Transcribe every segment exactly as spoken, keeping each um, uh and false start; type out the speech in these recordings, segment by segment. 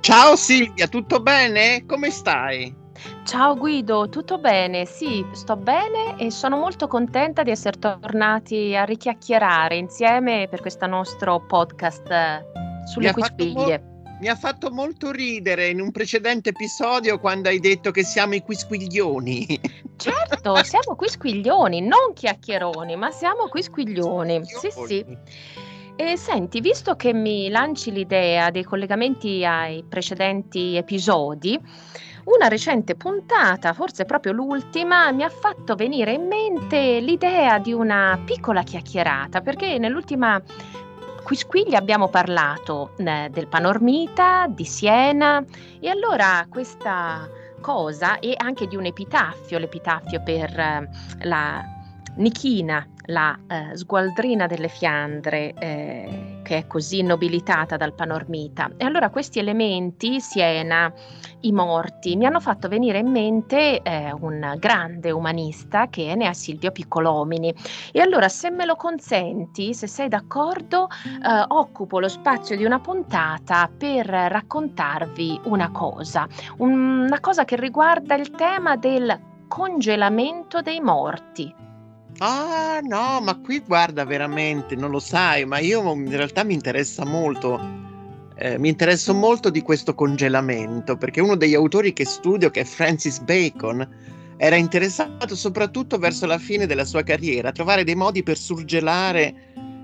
Ciao Silvia, tutto bene? Come stai? Ciao Guido, tutto bene? Sì, sto bene e sono molto contenta di essere tornati a richiacchierare insieme per questo nostro podcast eh, Mi sulle ha fatto mo- quisquiglie. mi ha fatto molto ridere in un precedente episodio quando hai detto che siamo i quisquiglioni. Certo, siamo quisquiglioni, non chiacchieroni, ma siamo quisquiglioni. Sì, sì. Quisquiglioni. E senti, visto che mi lanci l'idea dei collegamenti ai precedenti episodi, una recente puntata, forse proprio l'ultima, mi ha fatto venire in mente l'idea di una piccola chiacchierata, perché nell'ultima quisquiglia abbiamo parlato eh, del Panormita, di Siena, e allora questa cosa e anche di un epitaffio, l'epitaffio per eh, la Nichina, la eh, sgualdrina delle Fiandre, eh, che è così nobilitata dal Panormita. E allora questi elementi, Siena, i morti, mi hanno fatto venire in mente eh, un grande umanista che è Nea Silvio Piccolomini. E allora, se me lo consenti, se sei d'accordo, eh, occupo lo spazio di una puntata per raccontarvi una cosa, un- una cosa che riguarda il tema del congelamento dei morti. Ah, no, ma qui guarda veramente, non lo sai, ma io in realtà mi interessa molto, eh, mi interesso molto di questo congelamento, perché uno degli autori che studio, che è Francis Bacon, era interessato soprattutto verso la fine della sua carriera a trovare dei modi per surgelare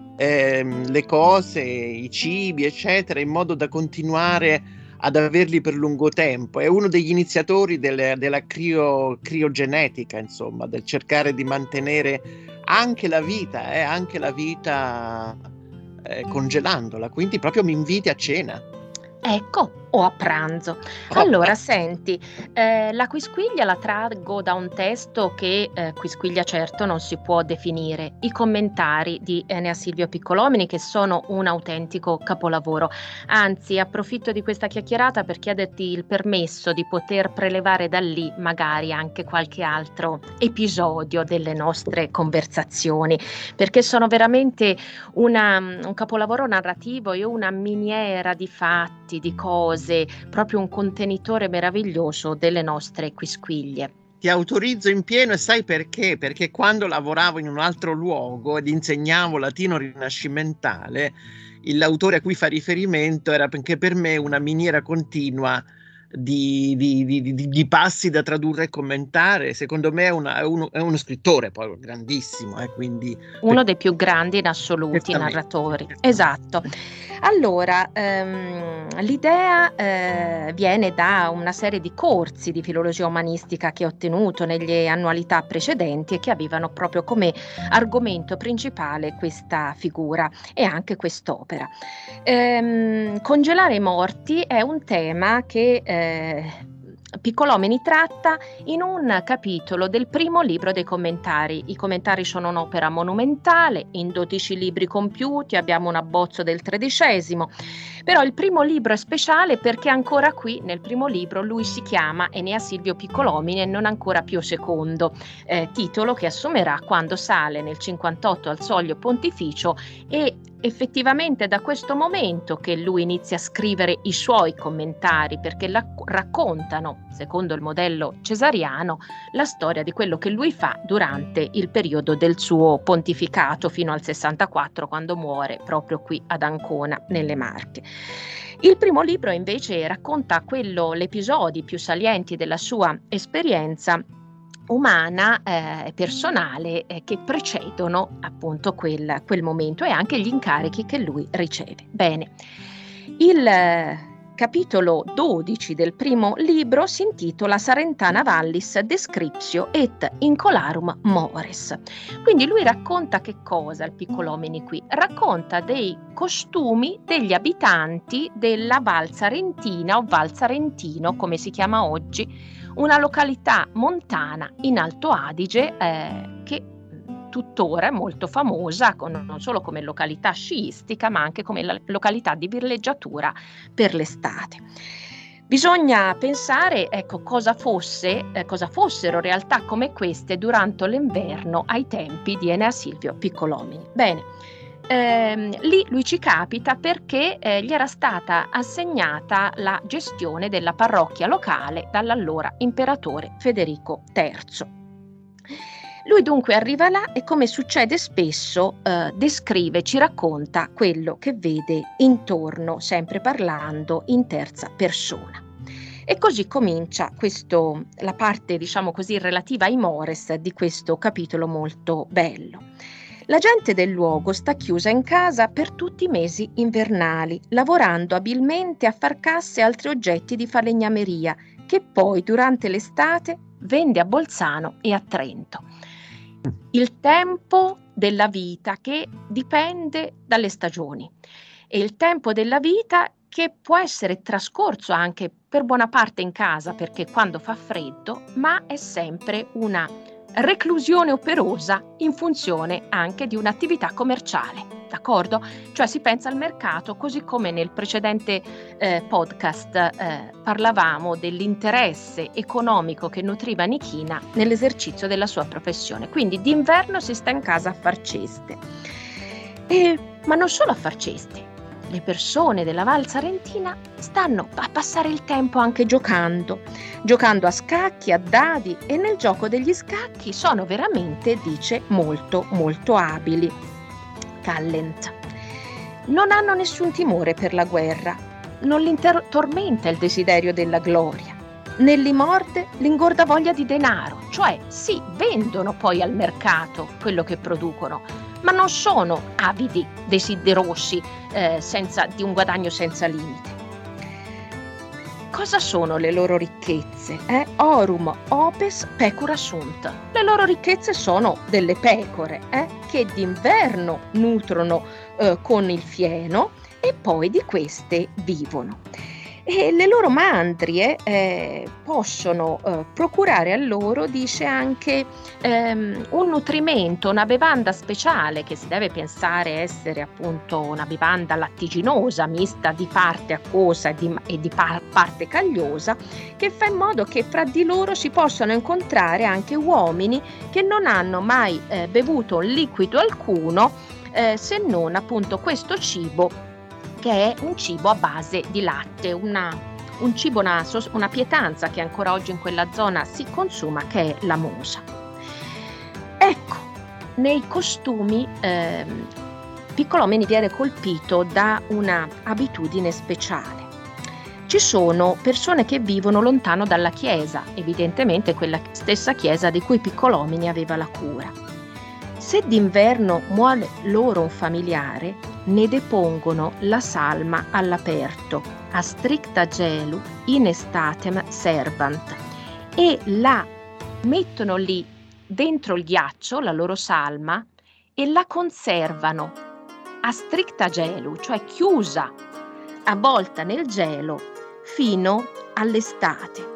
ehm, le cose, i cibi, eccetera, in modo da continuare ad averli per lungo tempo. È uno degli iniziatori delle- della crio- criogenetica, insomma, del cercare di mantenere anche la vita, eh, anche la vita eh, congelandola. Quindi proprio mi inviti a cena. Ecco, o a pranzo. Oh, Allora, pranzo. senti, eh, la quisquiglia la traggo da un testo che eh, quisquiglia certo non si può definire, i commentari di Enea Silvio Piccolomini, che sono un autentico capolavoro. Anzi, approfitto di questa chiacchierata per chiederti il permesso di poter prelevare da lì magari anche qualche altro episodio delle nostre conversazioni, perché sono veramente una, un capolavoro narrativo e una miniera di fatti, di cose, proprio un contenitore meraviglioso delle nostre quisquiglie. Ti autorizzo in pieno e sai perché? Perché quando lavoravo in un altro luogo ed insegnavo latino rinascimentale, il- l'autore a cui fa riferimento era anche per me una miniera continua di, di- di- di- di passi da tradurre e commentare. Secondo me è, una- è uno, è uno scrittore poi grandissimo, eh, quindi Uno dei più grandi in assoluti certamente, narratori. Esatto. certamente. Allora, ehm, l'idea eh, viene da una serie di corsi di filologia umanistica che ho tenuto nelle annualità precedenti e che avevano proprio come argomento principale questa figura e anche quest'opera. Ehm, congelare i morti è un tema che eh, Piccolomini tratta in un capitolo del primo libro dei commentari. I commentari sono un'opera monumentale, in dodici libri compiuti, abbiamo un abbozzo del tredicesimo, però il primo libro è speciale perché ancora qui, nel primo libro, lui si chiama Enea Silvio Piccolomini e non ancora Pio secondo, eh, titolo che assumerà quando sale nel cinquantotto al soglio pontificio e effettivamente da questo momento che lui inizia a scrivere i suoi commentari perché la, raccontano, secondo il modello cesariano, la storia di quello che lui fa durante il periodo del suo pontificato fino al sessantaquattro, quando muore proprio qui ad Ancona, nelle Marche. Il primo libro invece racconta quello, gli episodi più salienti della sua esperienza umana e eh, personale eh, che precedono appunto quel, quel momento e anche gli incarichi che lui riceve. Bene, il eh, capitolo dodici del primo libro si intitola Sarentana Vallis Descriptio et Incolarum Mores. Quindi lui racconta che cosa il Piccolomini qui? Racconta dei costumi degli abitanti della Val Sarentina o Val Sarentino, come si chiama oggi, una località montana in Alto Adige eh, che tuttora è molto famosa con, non solo come località sciistica ma anche come la località di villeggiatura per l'estate. Bisogna pensare ecco, cosa, fosse, eh, cosa fossero realtà come queste durante l'inverno ai tempi di Enea Silvio Piccolomini. Bene, ehm, lì lui ci capita perché eh, gli era stata assegnata la gestione della parrocchia locale dall'allora imperatore Federico terzo. Lui dunque arriva là e, come succede spesso, eh, descrive, ci racconta quello che vede intorno, sempre parlando in terza persona. E così comincia questo, la parte, diciamo così, relativa ai mores di questo capitolo molto bello. La gente del luogo sta chiusa in casa per tutti i mesi invernali, lavorando abilmente a far casse e altri oggetti di falegnameria, che poi durante l'estate vende a Bolzano e a Trento. Il tempo della vita che dipende dalle stagioni e il tempo della vita che può essere trascorso anche per buona parte in casa, perché quando fa freddo, ma è sempre una reclusione operosa in funzione anche di un'attività commerciale. D'accordo? Cioè si pensa al mercato, così come nel precedente eh, podcast eh, parlavamo dell'interesse economico che nutriva Nichina nell'esercizio della sua professione. Quindi d'inverno si sta in casa a far ceste. E, ma non solo a far ceste. Le persone della Val Sarentina stanno a passare il tempo anche giocando, giocando a scacchi, a dadi, e nel gioco degli scacchi sono veramente, dice, molto molto abili. Callent. Non hanno nessun timore per la guerra, non li inter- tormenta il desiderio della gloria, né li morde l'ingorda voglia di denaro, cioè sì, vendono poi al mercato quello che producono, ma non sono avidi, desiderosi eh, senza, di un guadagno senza limite. Cosa sono le loro ricchezze? Eh? Orum opes pecora sunt. Le loro ricchezze sono delle pecore eh? che d'inverno nutrono eh, con il fieno e poi di queste vivono. E le loro mandrie eh, possono eh, procurare a loro, dice anche, ehm, un nutrimento, una bevanda speciale che si deve pensare essere appunto una bevanda lattiginosa, mista di parte acquosa e di, e di pa- parte cagliosa, che fa in modo che fra di loro si possano incontrare anche uomini che non hanno mai eh, bevuto un liquido alcuno eh, se non appunto questo cibo, che è un cibo a base di latte, una, un cibo, una, una pietanza che ancora oggi in quella zona si consuma, che è la mosa. Ecco, nei costumi eh, Piccolomeni viene colpito da una abitudine speciale. Ci sono persone che vivono lontano dalla chiesa, evidentemente quella stessa chiesa di cui Piccolomeni aveva la cura. Se d'inverno muore loro un familiare, ne depongono la salma all'aperto, a stricta gelu in estatem servant, e la mettono lì dentro il ghiaccio, la loro salma, e la conservano a stricta gelu, cioè chiusa, avvolta nel gelo, fino all'estate.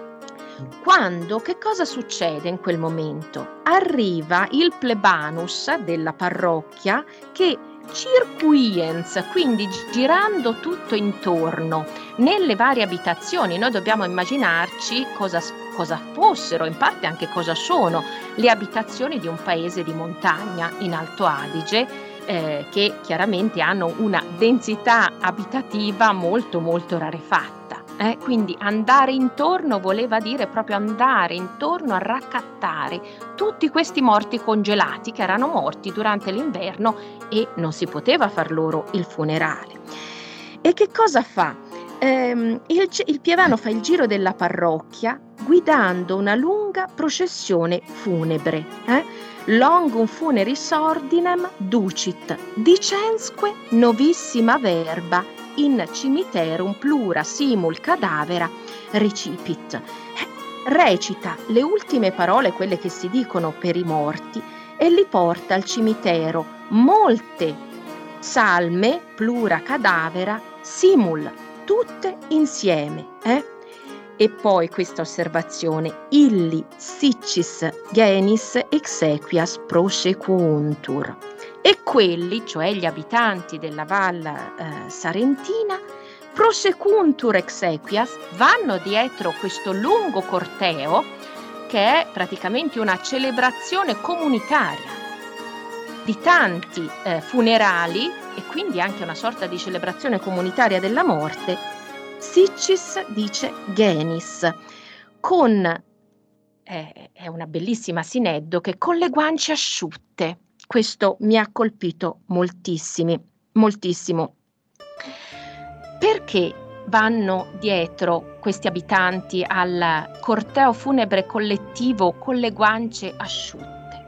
Quando, che cosa succede in quel momento? Arriva il plebanus della parrocchia che circuiens, quindi girando tutto intorno nelle varie abitazioni. Noi dobbiamo immaginarci cosa, cosa fossero, in parte anche cosa sono le abitazioni di un paese di montagna in Alto Adige, eh, che chiaramente hanno una densità abitativa molto molto rarefatta. Eh, quindi andare intorno voleva dire proprio andare intorno a raccattare tutti questi morti congelati che erano morti durante l'inverno e non si poteva far loro il funerale. E che cosa fa? Ehm, il, il Pievano fa il giro della parrocchia guidando una lunga processione funebre. Eh? Longum funeris ordinem ducit dicensque novissima verba in cimiterum plura simul cadavera recipit. Recita le ultime parole, quelle che si dicono per i morti, e li porta al cimitero molte salme plura cadavera simul, tutte insieme. Eh? E poi questa osservazione: illi siccis genis exequias prosequuntur. E quelli, cioè gli abitanti della Val eh, Sarentina, prosecuntur exequias, vanno dietro questo lungo corteo che è praticamente una celebrazione comunitaria. di tanti eh, funerali e quindi anche una sorta di celebrazione comunitaria della morte, Sitchis dice Genis, con, eh, è una bellissima sineddoche, con le guance asciutte. Questo mi ha colpito moltissimi, moltissimo. Perché vanno dietro questi abitanti al corteo funebre collettivo con le guance asciutte?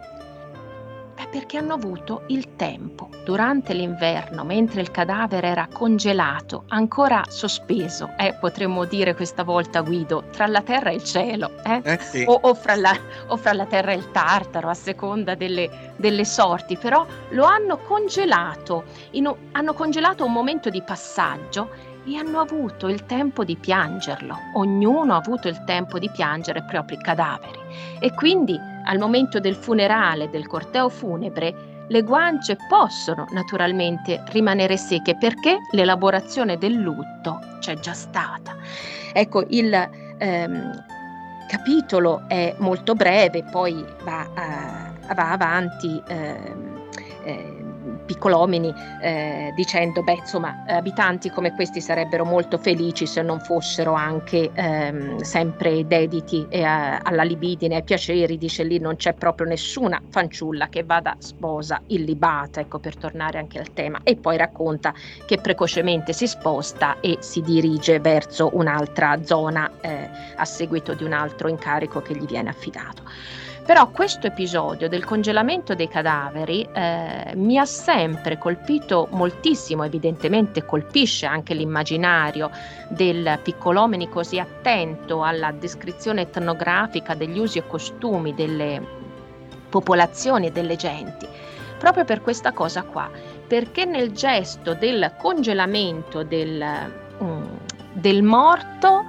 Beh, perché hanno avuto il tempo, durante l'inverno, mentre il cadavere era congelato, ancora sospeso, eh, potremmo dire questa volta, Guido, tra la terra e il cielo, eh? Eh sì. o, o, fra la, o fra la terra e il Tartaro, a seconda delle, delle sorti, però lo hanno congelato, in un, hanno congelato un momento di passaggio e hanno avuto il tempo di piangerlo. Ognuno ha avuto il tempo di piangere i propri cadaveri. E quindi al momento del funerale, del corteo funebre, le guance possono naturalmente rimanere secche perché l'elaborazione del lutto c'è già stata. Ecco, il ehm, capitolo è molto breve, poi va, uh, va avanti ehm, eh, Piccolomini eh, dicendo beh insomma abitanti come questi sarebbero molto felici se non fossero anche ehm, sempre dediti eh, alla libidine, ai piaceri. Dice lì non c'è proprio nessuna fanciulla che vada sposa illibata, ecco, per tornare anche al tema, e poi racconta che precocemente si sposta e si dirige verso un'altra zona eh, a seguito di un altro incarico che gli viene affidato. Però questo episodio del congelamento dei cadaveri eh, mi ha sempre colpito moltissimo, evidentemente colpisce anche l'immaginario del Piccolomini, così attento alla descrizione etnografica degli usi e costumi delle popolazioni e delle genti, proprio per questa cosa qua, perché nel gesto del congelamento del, um, del morto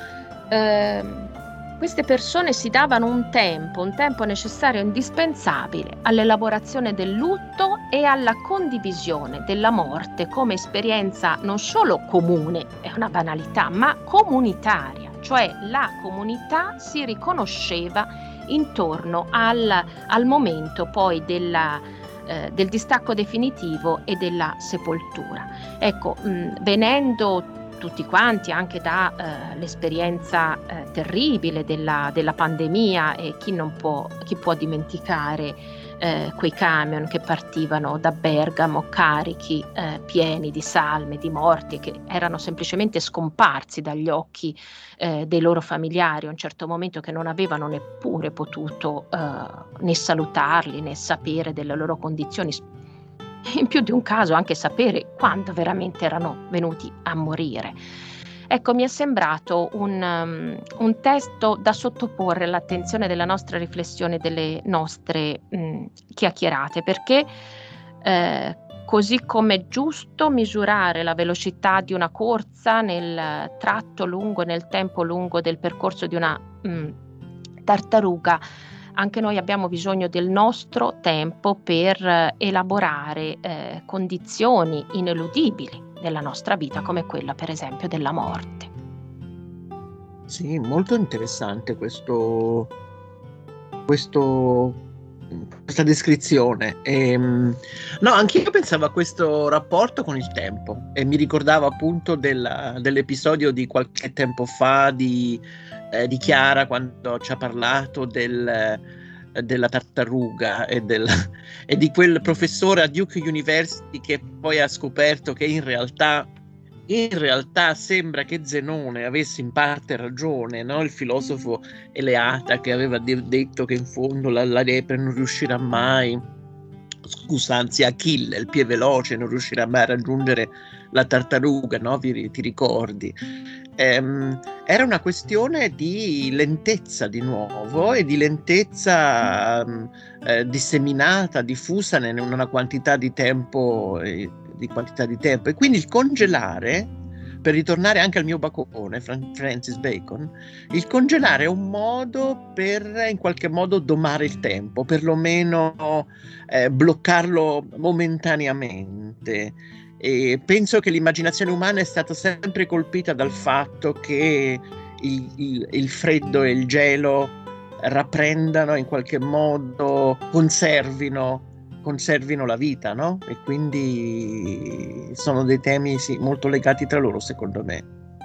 eh, queste persone si davano un tempo, un tempo necessario e indispensabile all'elaborazione del lutto e alla condivisione della morte come esperienza non solo comune, è una banalità, ma comunitaria, cioè la comunità si riconosceva intorno al, al momento poi della, eh, del distacco definitivo e della sepoltura. Ecco, mh, venendo tutti quanti anche dall'esperienza eh, eh, terribile della, della pandemia, e chi non può, chi può dimenticare eh, quei camion che partivano da Bergamo carichi eh, pieni di salme, di morti che erano semplicemente scomparsi dagli occhi eh, dei loro familiari a un certo momento, che non avevano neppure potuto eh, né salutarli né sapere delle loro condizioni, in più di un caso anche sapere quando veramente erano venuti a morire. Ecco, mi è sembrato un, um, un testo da sottoporre all'attenzione della nostra riflessione, delle nostre mh, chiacchierate, perché eh, così come è giusto misurare la velocità di una corsa nel tratto lungo e nel tempo lungo del percorso di una mh, tartaruga, anche noi abbiamo bisogno del nostro tempo per eh, elaborare eh, condizioni ineludibili della nostra vita, come quella per esempio della morte. Sì, molto interessante questo, questo, questa descrizione. E, no, anch'io pensavo a questo rapporto con il tempo e mi ricordavo appunto della, dell'episodio di qualche tempo fa di, eh, di Chiara, quando ci ha parlato del, della tartaruga e, del, e di quel professore a Duke University che poi ha scoperto che in realtà in realtà sembra che Zenone avesse in parte ragione, no? Il filosofo Eleata, che aveva de- detto che in fondo la, la lepre non riuscirà mai, scusa, anzi Achille, il più veloce, non riuscirà mai a raggiungere la tartaruga, no? Vi, ti ricordi? Ehm, era una questione di lentezza di nuovo, e di lentezza eh, disseminata, diffusa in una quantità di tempo eh, di quantità di tempo, e quindi il congelare, per ritornare anche al mio bacone, Francis Bacon, il congelare è un modo per in qualche modo domare il tempo, perlomeno eh, bloccarlo momentaneamente. E penso che l'immaginazione umana è stata sempre colpita dal fatto che il, il, il freddo e il gelo rapprendano, in qualche modo conservino conservino la vita, no? E quindi sono dei temi sì, molto legati tra loro, secondo me.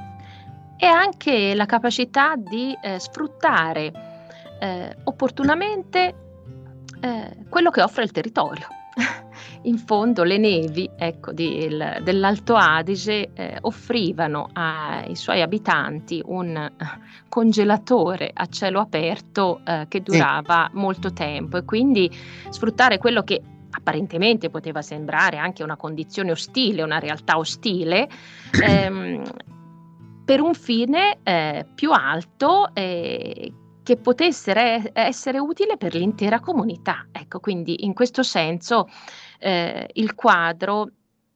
E anche la capacità di eh, sfruttare eh, opportunamente eh, quello che offre il territorio. In fondo le nevi, ecco, di, il, dell'Alto Adige eh, offrivano ai suoi abitanti un eh, congelatore a cielo aperto eh, che durava sì. molto tempo, e quindi sfruttare quello che apparentemente poteva sembrare anche una condizione ostile, una realtà ostile, ehm, per un fine eh, più alto eh, che potesse re- essere utile per l'intera comunità. Ecco, quindi in questo senso eh, il quadro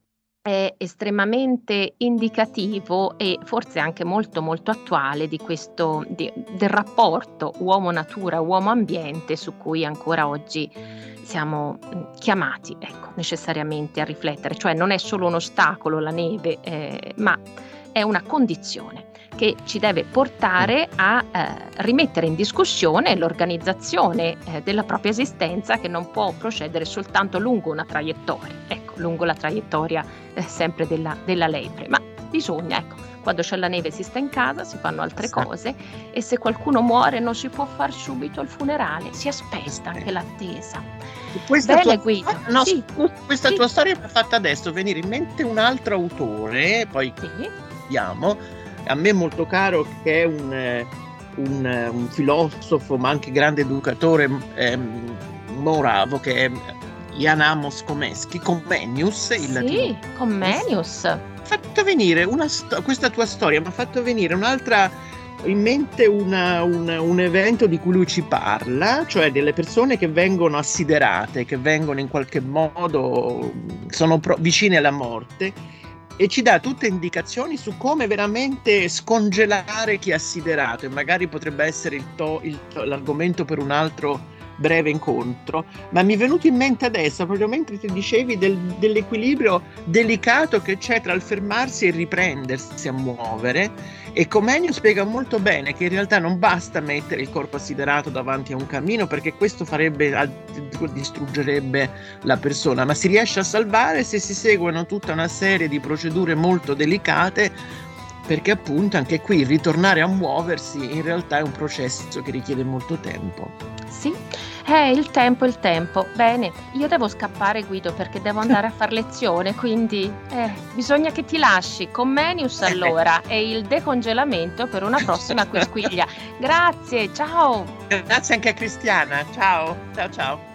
è estremamente indicativo e forse anche molto molto attuale di questo di, del rapporto uomo-natura, uomo-ambiente, su cui ancora oggi siamo chiamati, ecco, necessariamente a riflettere. Cioè non è solo un ostacolo la neve, eh, ma è una condizione che ci deve portare a eh, rimettere in discussione l'organizzazione eh, della propria esistenza, che non può procedere soltanto lungo una traiettoria, ecco, lungo la traiettoria eh, sempre della, della lepre, ma bisogna, ecco, quando c'è la neve si sta in casa, si fanno altre cose, e se qualcuno muore non si può far subito il funerale, si aspetta anche l'attesa. Questa Bene, tua, Guido. no, Sì. questa sì. tua storia mi ha fatto adesso venire in mente un altro autore, poi sì. vediamo, a me molto caro, che è un, un, un filosofo ma anche grande educatore ehm, moravo, che è Jan Amos Komenský, Comenius, il sì, latino. Comenius. Mi ha fatto venire una sto- questa tua storia mi ha fatto venire un'altra in mente una, una, un evento di cui lui ci parla, cioè delle persone che vengono assiderate, che vengono in qualche modo, sono pro- vicine alla morte, e ci dà tutte indicazioni su come veramente scongelare chi è assiderato, e magari potrebbe essere il to- il to- l'argomento per un altro breve incontro, ma mi è venuto in mente adesso, proprio mentre ti dicevi del, dell'equilibrio delicato che c'è tra il fermarsi e il riprendersi a muovere. E Comenius spiega molto bene che in realtà non basta mettere il corpo assiderato davanti a un cammino, perché questo farebbe, distruggerebbe la persona, ma si riesce a salvare se si seguono tutta una serie di procedure molto delicate, perché appunto anche qui ritornare a muoversi in realtà è un processo che richiede molto tempo. Sì, eh, il tempo, il tempo. Bene, io devo scappare, Guido, perché devo andare a far lezione, quindi eh, bisogna che ti lasci. Comenius allora e il decongelamento per una prossima quisquiglia. Grazie, ciao. Grazie anche a Cristiana, ciao, ciao ciao.